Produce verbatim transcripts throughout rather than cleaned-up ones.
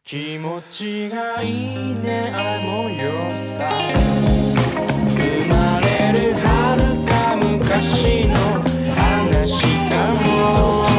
気持ちがいいねあの夜さ生まれる遥か昔の話かも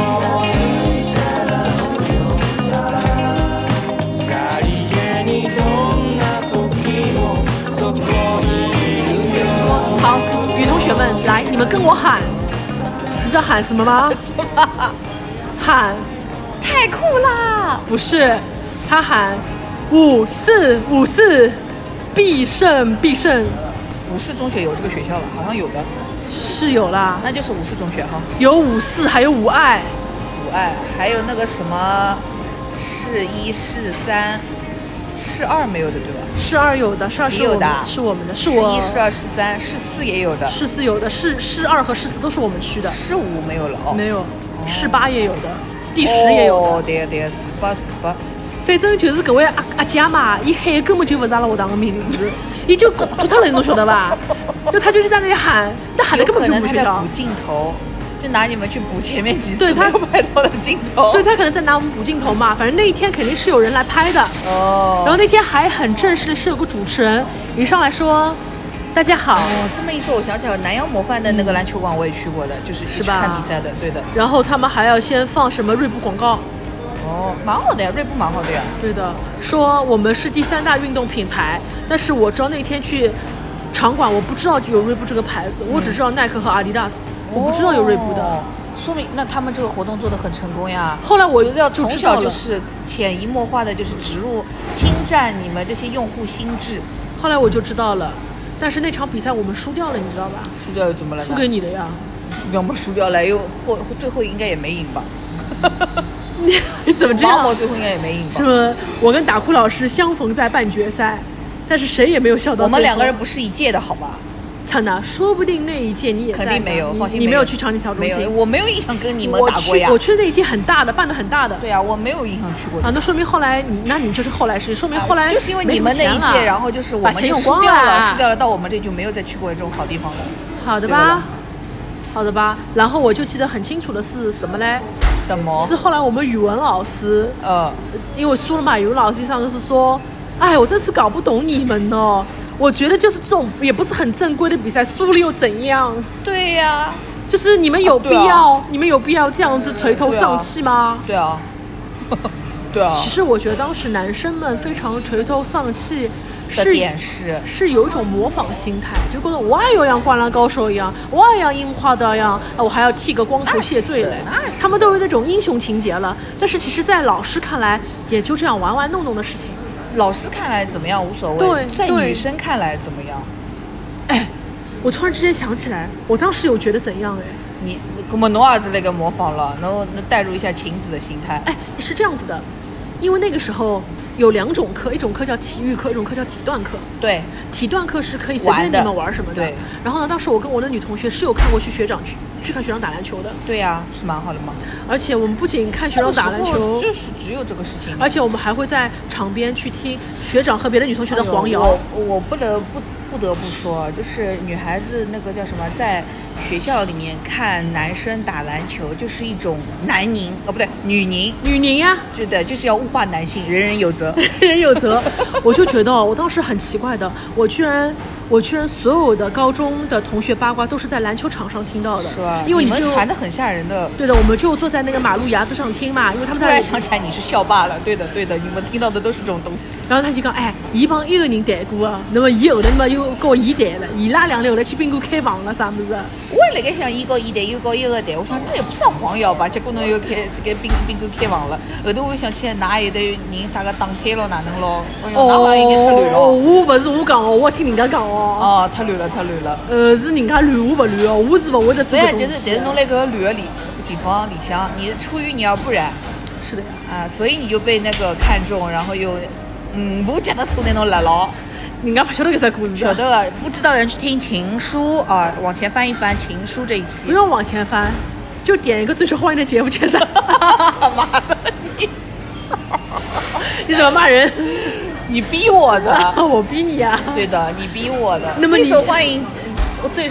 さりげにどんな時もそこにいるよ。 好，女同学们，来，你们跟我喊，你知道喊什么吗？喊， 太酷啦！ 不是。他喊五四五四，必胜必胜。 五四中学有这个学校了，好像有的， 是有啦， 那就是五四中学哈。 有五四，还有五爱， 五爱，还有那个什么市一、市三、市二没有的对吧？ 市二有的，市二是我们的，是我们的，是我。 市一、市二、市三、市四也有的， 市四有的，市市二和市四都是我们区的。 市五没有了哦， 没有，市八也有的，第十也有的。 哦，对对，四八四八。 反正就是搿位阿阿姐嘛，伊喊根本就不是阿拉学堂的名字，伊就搞错他了，侬晓得吧？就他就是在那里喊，但喊的根本就不是学校。 补镜头，就拿你们去补前面几次对他没有拍到的镜头。 对他可能在拿我们补镜头嘛，反正那一天肯定是有人来拍的。 哦。 然后那天还很正式的是有个主持人一上来说：“大家好。” 哦，这么一说，我想起来南洋模范的那个篮球馆我也去过的，就是是吧？ 看比赛的，对的。 然后他们还要先放什么锐步广告。 哦，蛮好的呀，锐步蛮好的呀。 对的，说我们是第三大运动品牌，但是我知道那天去场馆，我不知道有锐步这个牌子，嗯、我只知道耐克和阿迪达斯，我不知道有锐步的。 哦，说明那他们这个活动做得很成功呀。 后来我觉得要从小就是潜移默化的，就是植入、侵占你们这些用户心智。 后来我就知道了，但是那场比赛我们输掉了，你知道吧？ 输掉又怎么了？ 输给你的呀。 输掉嘛，输掉了，又后最后应该也没赢吧。 你你怎么这样？ 毛毛最后应该也没赢吧？ 是吗？我跟达库老师相逢在半决赛，但是谁也没有笑到最后。 我们两个人不是一届的好吧？ 惨呐，说不定那一届你也在。 肯定没有，放心， 你没有去长宁桥中心。 没有，我没有印象跟你们打过呀。 我去，我去那一届很大的，办的很大的。 对啊，我没有印象去过。 啊，那说明后来你，那你就是后来是，说明后来、 啊、就是因为你们那一届，然后就是我们就输掉了，输掉了，到我们这就没有再去过这种好地方了。 好的吧，好的吧。然后我就记得很清楚的是什么嘞？ 什么？ 是后来我们语文老师， 呃， 因为输了嘛，语文老师上课是说，哎，我真是搞不懂你们哦。我觉得就是这种也不是很正规的比赛，输了又怎样？ 对呀、啊， 就是你们有必要， 啊啊、 你们有必要这样子垂头丧气吗？ 对啊，对啊。 其实我觉得当时男生们非常垂头丧气。 是点是是有一种模仿心态，就觉得我也要像灌篮高手一样，我也要樱花的一样，我还要剃个光头谢罪嘞。他们都有那种英雄情节了，但是其实在老师看来也就这样玩玩弄弄的事情。 老师看来怎么样无所谓， 对， 在女生看来怎么样？ 哎，我突然之间想起来，我当时有觉得怎样哎？ 你那么侬儿子那个模仿了，然后能带入一下晴子的心态。 哎，是这样子的，因为那个时候。有两种课，一种课叫体育课，一种课叫体段课。 对， 体段课是可以随便你们玩什么的。 对。 然后呢，当时我跟我的女同学是有看过去学长去去看学长打篮球的。 对呀、啊，是蛮好的嘛。 而且我们不仅看学长打篮球， 就是只有这个事情。 而且我们还会在场边去听学长和别的女同学的黄谣。 哎、我我不得不不得不说，就是女孩子那个叫什么，在学校里面看男生打篮球，就是一种男宁哦，不对，女宁， 女宁呀， 对的，就是要物化男性，人人有责， 人人有责。我就觉得，我当时很奇怪的，我居然，我居然所有的高中的同学八卦都是在篮球场上听到的， 是吧？ 因为你们传的很吓人的。 对的，我们就坐在那个马路牙子上听嘛，因为他们在。 突然想起来你是校霸了，对的对的，你们听到的都是这种东西。 然后他就讲，哎，伊帮一个人谈过啊，那么伊后来嘛又跟我伊谈了，伊拉两个后来去宾馆开房了啥么子？ 我也在想，伊跟伊谈，又跟一个谈，我想那也不算黄谣吧？结果侬又开这个宾宾馆开房了，后头我想起来，哪有的人啥个打胎了哪能咯？ 哦，应该太乱了。我不是我讲哦，我听人家讲哦。 哦，太乱了，太乱了。 呃，是人家乱，我不乱哦，我是不会得做这种。 对，就是，但是侬那个乱的里地方里向，你出淤泥而不染。 是的呀。 啊，所以你就被那个看中，然后又，嗯，不讲得出那种辣牢。 人家不晓得这个故事。 晓得了，不知道的人去听《情书》啊，往前翻一翻《情书》这一期。 不用往前翻，就点一个最受欢迎的节目前三。 妈的你！ 你怎么骂人？ 你逼我的， 我逼你呀、 啊！对的，你逼我的。 那么最受欢迎，最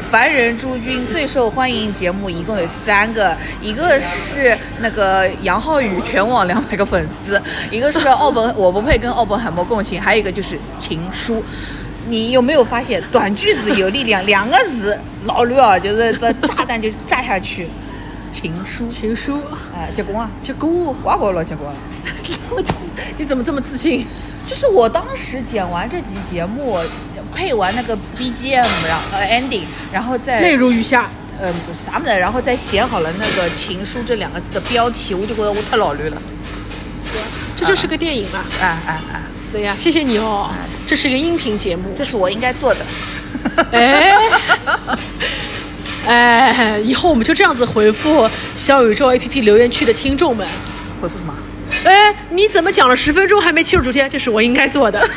凡人诸君最受欢迎节目一共有三个，一个是那个杨浩宇全网两百个粉丝，一个是奥本我不配跟奥本海默共情，还有一个就是情书。你有没有发现短句子有力量？两个字老绿啊，就是这炸弹就炸下去。情书， 情书， 哎，结棍啊， 结棍， 挖过了结棍。 你怎么这么自信？ 就是我当时剪完这集节目，配完那个 B G M， 然后呃 ending， 然后再泪如雨下， 呃不是啥么的，然后再写好了那个情书这两个字的标题，我就觉得我太老绿了。 是，这就是个电影嘛。 啊啊啊！ 是呀，谢谢你哦。这是一个音频节目， 这是我应该做的。 哎。哎，以后我们就这样子回复小宇宙 A P P 留言区的听众们。 回复什么？ 哎，你怎么讲了十分钟还没切入主题？这是我应该做的。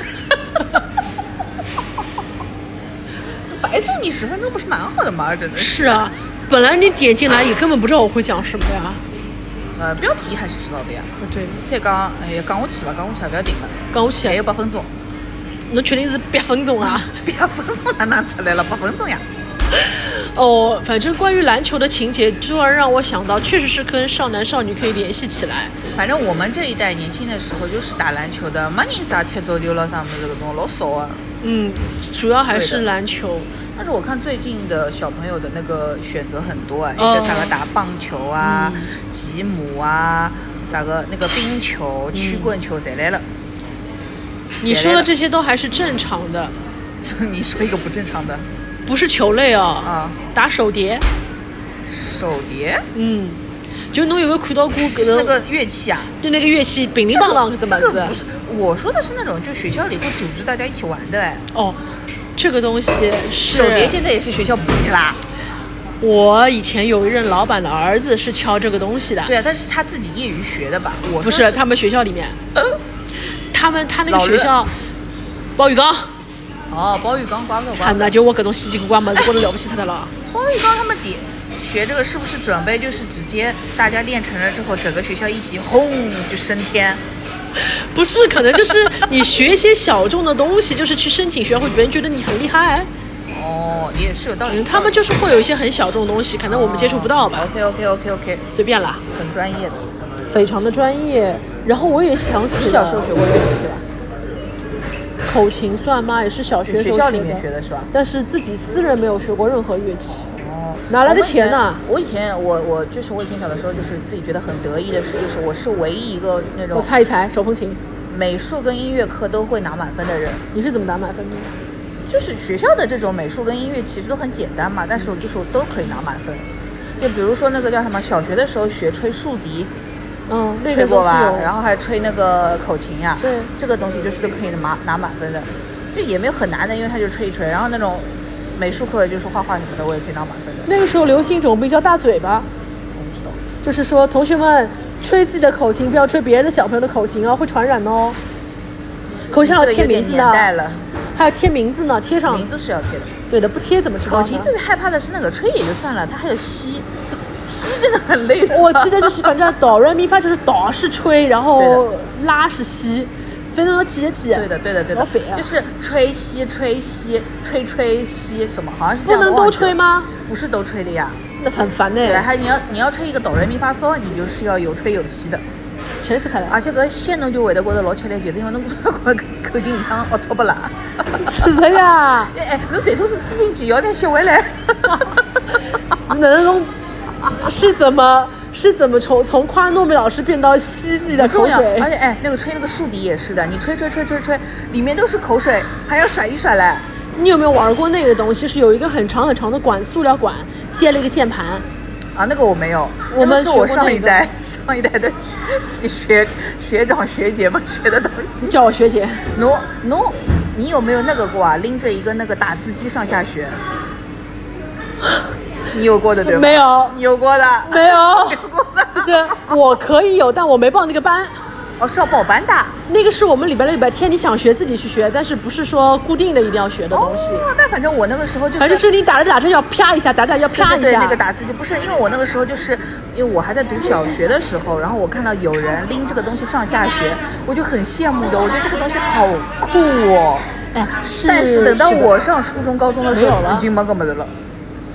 白送你十分钟不是蛮好的吗？真的是。 是啊，本来你点进来也根本不知道我会讲什么呀。 呃，标题还是知道的呀。 对。 再讲，哎呀，讲下去吧，讲下去不要停了。 讲下去还有八分钟。 侬确定是八分钟啊？ 八分钟哪拿出来了？八分钟呀。 哦，反正关于篮球的情节，突然让我想到，确实是跟少男少女可以联系起来。 反正我们这一代年轻的时候就是打篮球的，没人啥踢足球了啥么子这种老少啊。 嗯，主要还是篮球。 但是我看最近的小朋友的那个选择很多啊，有的啥个打棒球啊、嗯、吉姆啊、啥个那个冰球、曲棍球侪来了。 你说的这些都还是正常的。 你说一个不正常的。 不是球类哦， 啊， 打手碟， 手碟， 嗯，就侬有没有看到过？ 就是那个乐器啊， 就那个乐器，乒铃乓啷怎么子？ 不是，我说的是那种就学校里会组织大家一起玩的哎。 哦，这个东西是手碟，现在也是学校普及啦。 我以前有一任老板的儿子是敲这个东西的。 对啊，但是他自己业余学的吧？我不是，他们学校里面，呃、他们他那个学校，包玉刚。 哦，包玉刚，怪不得。 惨的，就我各种稀奇古怪嘛，过得了不起他的了。 包玉刚他们点学这个是不是准备就是直接大家练成了之后，整个学校一起轰就升天？ 不是，可能就是你学一些小众的东西，就是去申请学会，别人觉得你很厉害。 哦，也是有道理。 他们就是会有一些很小众的东西，可能我们接触不到吧。 哦、OK OK OK OK， 随便啦， 很专业的， 非常的专业。然后我也想起， 你小时候学过乐器吧？ 口琴算吗？也是小学学校里面学的是吧？ 但是自己私人没有学过任何乐器。哦，哪来的钱呢？ 我以前我我就是我以前小的时候，就是自己觉得很得意的是，就是我是唯一一个那种。 我猜一猜，手风琴。 美术跟音乐课都会拿满分的人。 你是怎么拿满分的？ 就是学校的这种美术跟音乐其实都很简单嘛，但是我就是我都可以拿满分。就比如说那个叫什么，小学的时候学吹竖笛。 嗯，那个吹过吧，然后还吹那个口琴呀、啊， 对， 这个东西就是可以拿拿满分的，就也没有很难的，因为它就吹一吹。然后那种美术课就是画画什么的，我也可以拿满分的。 那个时候流行一种比较大嘴巴， 我不知道， 就是说同学们吹自己的口琴，不要吹别人的小朋友的口琴哦，会传染哦。口琴还有贴名字呢，还有贴名字呢，贴上名字是要贴的， 对的，不贴怎么知道？ 口琴最害怕的是那个吹也就算了，它还有吸。吸真的很累的， 我记得就是反正哆来咪发就是哆是吹，然后拉是吸，反正要记一记。 对的对的对的， 啊、 就是吹吸吹吸吹吹吸什么，好像是这样。 不能都吹吗？ 不是都吹的呀， 那很烦呢。 对，还你要你要吹一个哆来咪发嗦，你就是要有吹有吸的。 确实看来。 而且搿吸侬就会得觉得老吃力，就是因为侬口口径里向龌龊不啦。 是的呀。 哎，侬最初是吃进去，要再吸回来。 那种。是怎么是怎么从从夸糯米老师变到吸自己的口水？ 而且哎，那个吹那个竖笛也是的，你吹吹吹吹吹，里面都是口水，还要甩一甩嘞。 你有没有玩过那个东西？是有一个很长很长的管，塑料管，接了一个键盘。 啊，那个我没有， 我们是我上一代上一代的学学长学姐们学的东西。 叫我学姐。 侬侬，你有没有那个过啊？拎着一个那个打字机上下学？你有过的对吧？ 没有。 你有过的？ 没有。有过的。就是我可以有，但我没报那个班。 哦，是要报班的。 那个是我们礼拜六礼拜天你想学自己去学，但是不是说固定的一定要学的东西。 哦，那反正我那个时候就是， 反正是你打着打着要啪一下，打着要啪一下。 对对对，那个打字机不是，因为我那个时候就是因为我还在读小学的时候，然后我看到有人拎这个东西上下学，我就很羡慕的，我觉得这个东西好酷哦。 哎，是。 但是等到我上初中高中的时候，已经没个么子了。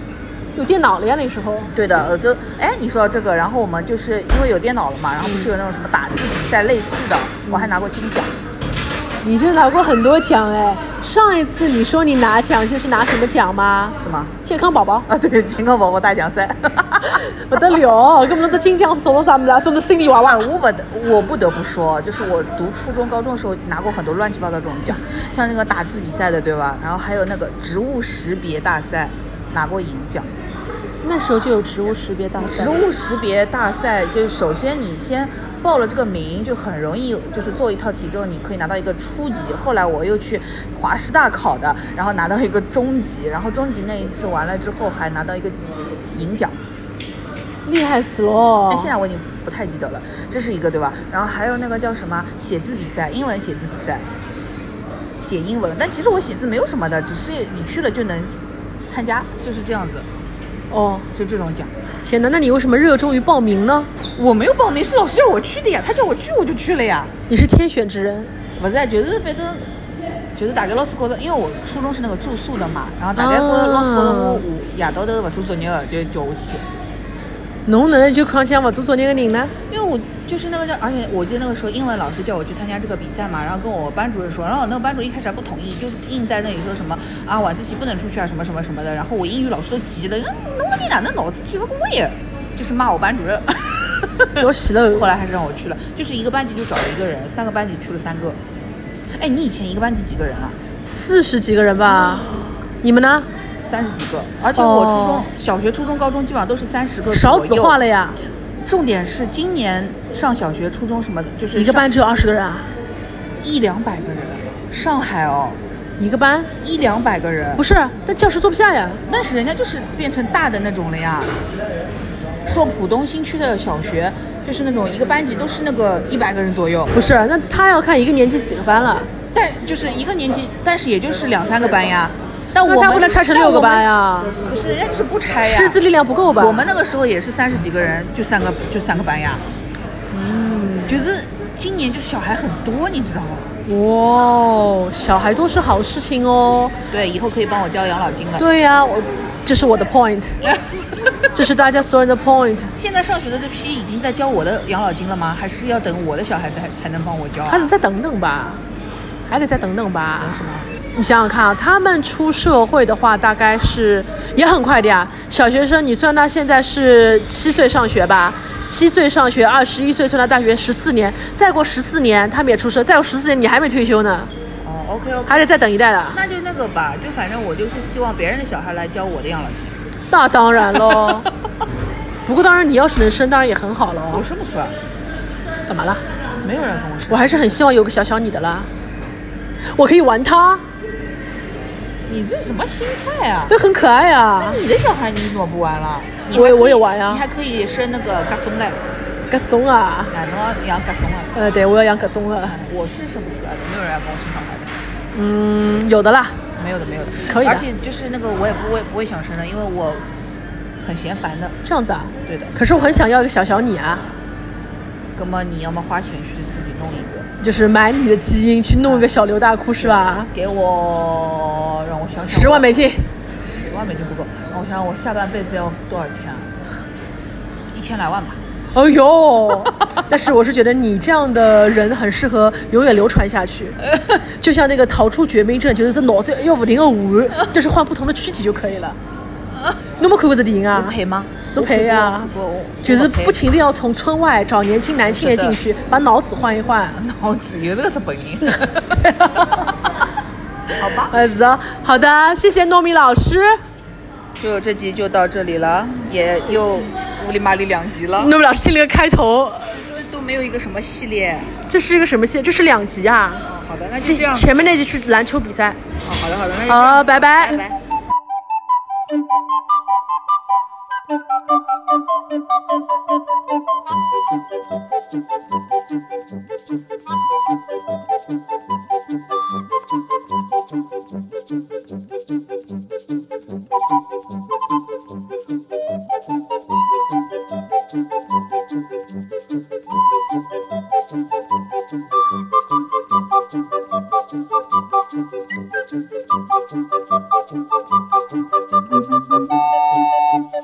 有电脑了呀那时候。 对的，呃，就哎，你说到这个，然后我们就是因为有电脑了嘛，然后不是有那种什么打字比赛类似的，嗯、我还拿过金奖。 你这拿过很多奖哎！上一次你说你拿奖这是拿什么奖吗？ 什么？ 健康宝宝啊，对，健康宝宝大奖赛， 不得了！根本这金奖送了啥么子？送的心理娃娃。 我不得，我不得不说，就是我读初中、高中的时候拿过很多乱七八糟这种奖，像那个打字比赛的，对吧？然后还有那个植物识别大赛，拿过银奖。 那时候就有植物识别大赛。 植物识别大赛，就是首先你先报了这个名，就很容易，就是做一套题之后，你可以拿到一个初级。后来我又去华师大考的，然后拿到一个中级，然后中级那一次完了之后还拿到一个银奖， 厉害死了！ 但现在我已经不太记得了，这是一个对吧？然后还有那个叫什么写字比赛，英文写字比赛，写英文。但其实我写字没有什么的，只是你去了就能参加，就是这样子。 哦， 就这种奖。 天哪，那你为什么热衷于报名呢？ 我没有报名，是老师叫我去的呀，他叫我去我就去了呀。 你是天选之人？ 不是，就是反正就是大概老师觉得，因为我初中是那个住宿的嘛，然后大概觉得老师觉得我夜到头不做作业的，就叫我去。 侬哪能就看像不做作业的人呢？ 因为我就是那个叫，而且我记得那个时候英文老师叫我去参加这个比赛嘛，然后跟我班主任说，然后那个班主任一开始还不同意，就硬在那里说什么啊晚自习不能出去啊什么什么什么的，然后我英语老师都急了，侬你哪能脑子最不过也，就是骂我班主任。 我洗了。 后来还是让我去了，就是一个班级就找了一个人，三个班级去了三个。哎，你以前一个班级几个人啊？ 四十几个人吧。你们呢？ 三十几个，而且我初中、哦、小学、初中、高中基本上都是三十个左右。 少子化了呀。 重点是今年上小学、初中什么的，就是一个班只有二十个人啊， 一两百个人。上海哦， 一个班一两百个人。 不是，但教室坐不下呀。 但是人家就是变成大的那种了呀。说浦东新区的小学就是那种一个班级都是那个一百个人左右。 不是，那他要看一个年级几个班了。 但就是一个年级，但是也就是两三个班呀。但我们那他不能拆成六个班呀？ 不是，人家就是不拆呀。 师资力量不够吧？ 我们那个时候也是三十几个人，就三个就三个班呀。嗯，觉得今年就是小孩很多，你知道吗？ 哇、哦，小孩多是好事情哦。 对，以后可以帮我交养老金了。 对呀、啊，我这是我的 point， 这是大家所有人的 point。 现在上学的这批已经在交我的养老金了吗？还是要等我的小孩才才能帮我交、啊？ 还得再等等吧，还得再等等吧。 是吗？ 你想想看啊，他们出社会的话，大概是也很快的呀。小学生，你算他现在是七岁上学吧，七岁上学，二十一岁算他大学十四年，再过十四年他们也出社，再过十四年你还没退休呢。 哦 ，OK OK， 还得再等一代的。 那就那个吧，就反正我就是希望别人的小孩来交我的养老金。 那当然喽。不过当然，你要是能生，当然也很好了。 我生不出来。 干嘛啦？ 没有人跟我生。 我还是很希望有个小小你的啦，我可以玩他。 你这什么心态啊？ 那很可爱啊。 那你的小孩你怎么不玩了？ 我我也玩呀、啊。 你还可以生那个嘎棕嘞。 嘎棕啊？ 哎，侬要养嘎棕啊？ 呃，对，我要养嘎棕了。 我是生不出来的，没有人要跟我生小孩的。 嗯，有的啦。 没有的，没有的。 可以的。 而且就是那个我也不会不会想生的，因为我很嫌烦的。 这样子啊？ 对的。 可是我很想要一个小小你啊。 那么你要么花钱去自己弄一个。 就是买你的基因去弄一个小刘大裤是吧？ 给我，让我想想。 十万美金。 十万美金不够，让我想想我下半辈子要多少钱啊？一千来万吧。 哎呦！但是我是觉得你这样的人很适合永远流传下去，就像那个逃出绝命镇，就是这脑子要不停的玩，就是换不同的躯体就可以了。你没看过这电影啊？ 我配吗？ 都配呀，就是不停的要从村外找年轻男青年进去，把脑子换一换。 脑子有这个是本音。好吧。 呃，是啊，好的，谢谢糯米老师。 就这集就到这里了，也又乌里麻里两集了。 糯米老师听了个开头， 这都没有一个什么系列。 这是一个什么系列？这是两集啊。 哦，好的，那就这样。 前面那集是篮球比赛。 哦，好的好的，那就这样。好，拜拜。拜拜。Thank you.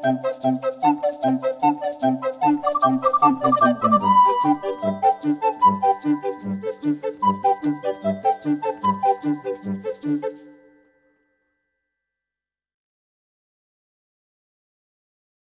Thank you.